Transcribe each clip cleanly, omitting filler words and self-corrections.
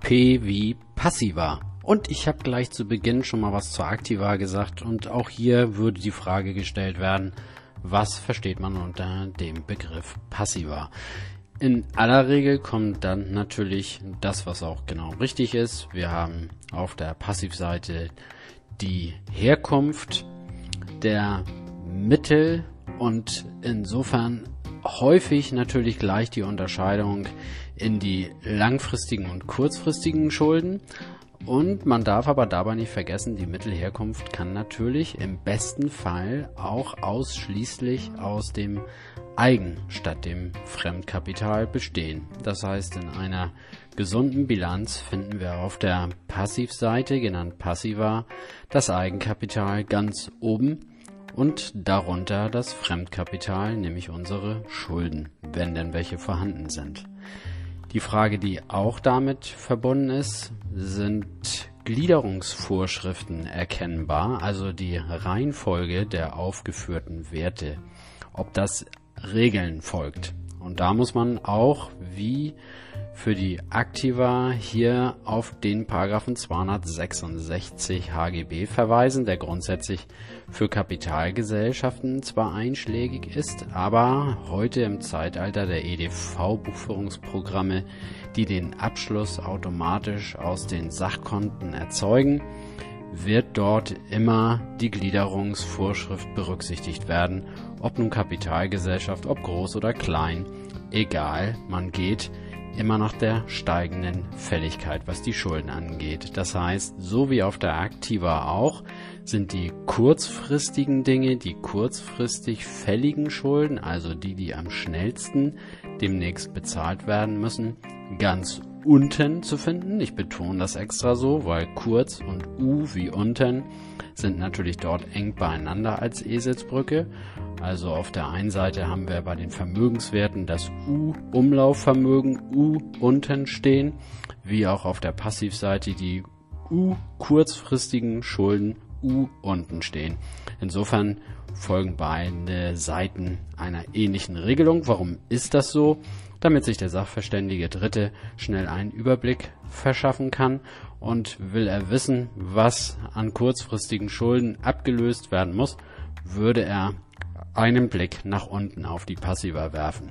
P wie Passiva. Und ich habe gleich zu Beginn schon mal was zur Aktiva gesagt und auch hier würde die Frage gestellt werden, was versteht man unter dem Begriff Passiva? In aller Regel kommt dann natürlich das, was auch genau richtig ist. Wir haben auf der Passivseite die Herkunft der Mittel und insofern häufig natürlich gleich die Unterscheidung in die langfristigen und kurzfristigen Schulden. Und man darf aber dabei nicht vergessen, die Mittelherkunft kann natürlich im besten Fall auch ausschließlich aus dem Eigen- statt dem Fremdkapital bestehen. Das heißt, in einer gesunden Bilanz finden wir auf der Passivseite, genannt Passiva, das Eigenkapital ganz oben und darunter das Fremdkapital, nämlich unsere Schulden, wenn denn welche vorhanden sind. Die Frage, die auch damit verbunden ist, sind Gliederungsvorschriften erkennbar, also die Reihenfolge der aufgeführten Werte, ob das Regeln folgt. Und da muss man auch, wie für die Aktiva, hier auf den Paragraphen 266 HGB verweisen, der grundsätzlich für Kapitalgesellschaften zwar einschlägig ist, aber heute im Zeitalter der EDV-Buchführungsprogramme, die den Abschluss automatisch aus den Sachkonten erzeugen, wird dort immer die Gliederungsvorschrift berücksichtigt werden, ob nun Kapitalgesellschaft, ob groß oder klein, egal, man geht immer nach der steigenden Fälligkeit, was die Schulden angeht. Das heißt, so wie auf der Aktiva auch, sind die kurzfristigen Dinge, die kurzfristig fälligen Schulden, also die am schnellsten demnächst bezahlt werden müssen, ganz unten zu finden. Ich betone das extra so, weil kurz und U wie unten sind natürlich dort eng beieinander als Eselsbrücke. Also auf der einen Seite haben wir bei den Vermögenswerten das U-Umlaufvermögen U unten stehen, wie auch auf der Passivseite die U-kurzfristigen Schulden U unten stehen. Insofern folgen beide Seiten einer ähnlichen Regelung. Warum ist das so? Damit sich der sachverständige Dritte schnell einen Überblick verschaffen kann und will er wissen, was an kurzfristigen Schulden abgelöst werden muss, würde er einen Blick nach unten auf die Passiva werfen.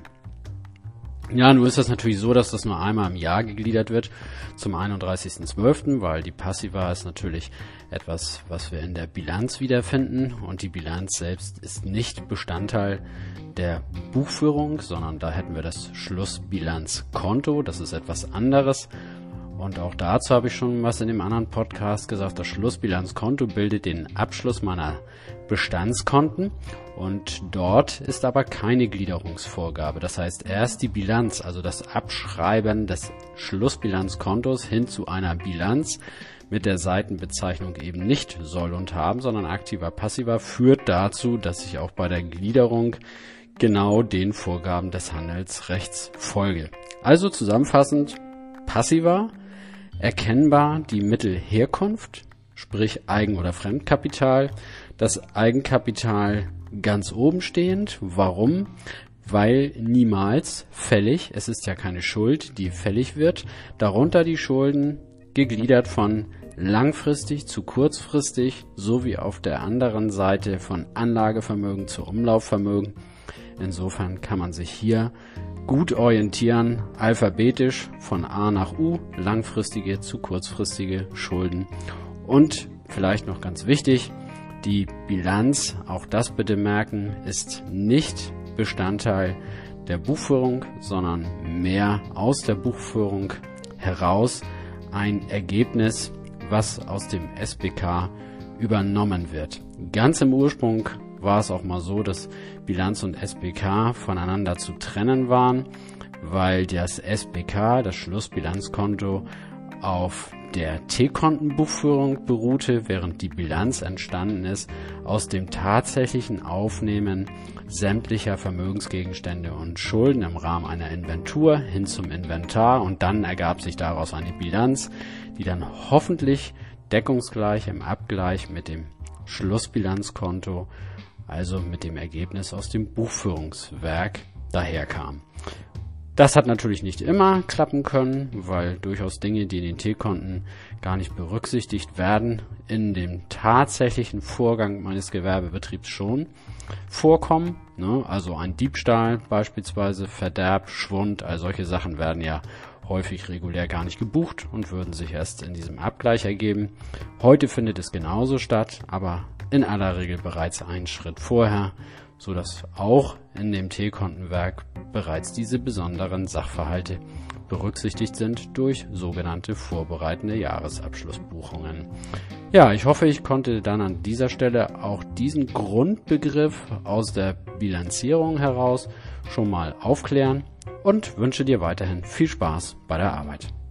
Ja, nun ist das natürlich so, dass das nur einmal im Jahr gegliedert wird, zum 31.12., weil die Passiva ist natürlich etwas, was wir in der Bilanz wiederfinden und die Bilanz selbst ist nicht Bestandteil der Buchführung, sondern da hätten wir das Schlussbilanzkonto, das ist etwas anderes. Und auch dazu habe ich schon was in dem anderen Podcast gesagt. Das Schlussbilanzkonto bildet den Abschluss meiner Bestandskonten und dort ist aber keine Gliederungsvorgabe. Das heißt, erst die Bilanz, also das Abschreiben des Schlussbilanzkontos hin zu einer Bilanz mit der Seitenbezeichnung eben nicht soll und haben, sondern aktiver passiver führt dazu, dass ich auch bei der Gliederung genau den Vorgaben des Handelsrechts folge. Also zusammenfassend, passiver, erkennbar die Mittelherkunft, sprich Eigen- oder Fremdkapital, das Eigenkapital ganz oben stehend. Warum? Weil niemals fällig, es ist ja keine Schuld, die fällig wird, darunter die Schulden gegliedert von langfristig zu kurzfristig, sowie auf der anderen Seite von Anlagevermögen zu Umlaufvermögen. Insofern kann man sich hier gut orientieren, alphabetisch von A nach U, langfristige zu kurzfristige Schulden. Und vielleicht noch ganz wichtig, die Bilanz, auch das bitte merken, ist nicht Bestandteil der Buchführung, sondern mehr aus der Buchführung heraus ein Ergebnis, was aus dem SBK übernommen wird. Ganz im Ursprung war es auch mal so, dass Bilanz und SBK voneinander zu trennen waren, weil das SBK, das Schlussbilanzkonto, auf der T-Kontenbuchführung beruhte, während die Bilanz entstanden ist aus dem tatsächlichen Aufnehmen sämtlicher Vermögensgegenstände und Schulden im Rahmen einer Inventur hin zum Inventar und dann ergab sich daraus eine Bilanz, die dann hoffentlich deckungsgleich im Abgleich mit dem Schlussbilanzkonto, also mit dem Ergebnis aus dem Buchführungswerk, daherkam. Das hat natürlich nicht immer klappen können, weil durchaus Dinge, die in den T-Konten gar nicht berücksichtigt werden, in dem tatsächlichen Vorgang meines Gewerbebetriebs schon vorkommen. Ne? Also ein Diebstahl beispielsweise, Verderb, Schwund, all solche Sachen werden ja häufig regulär gar nicht gebucht und würden sich erst in diesem Abgleich ergeben. Heute findet es genauso statt, aber in aller Regel bereits einen Schritt vorher, sodass auch in dem T-Kontenwerk bereits diese besonderen Sachverhalte berücksichtigt sind durch sogenannte vorbereitende Jahresabschlussbuchungen. Ja, ich hoffe, ich konnte dann an dieser Stelle auch diesen Grundbegriff aus der Bilanzierung heraus schon mal aufklären und wünsche dir weiterhin viel Spaß bei der Arbeit.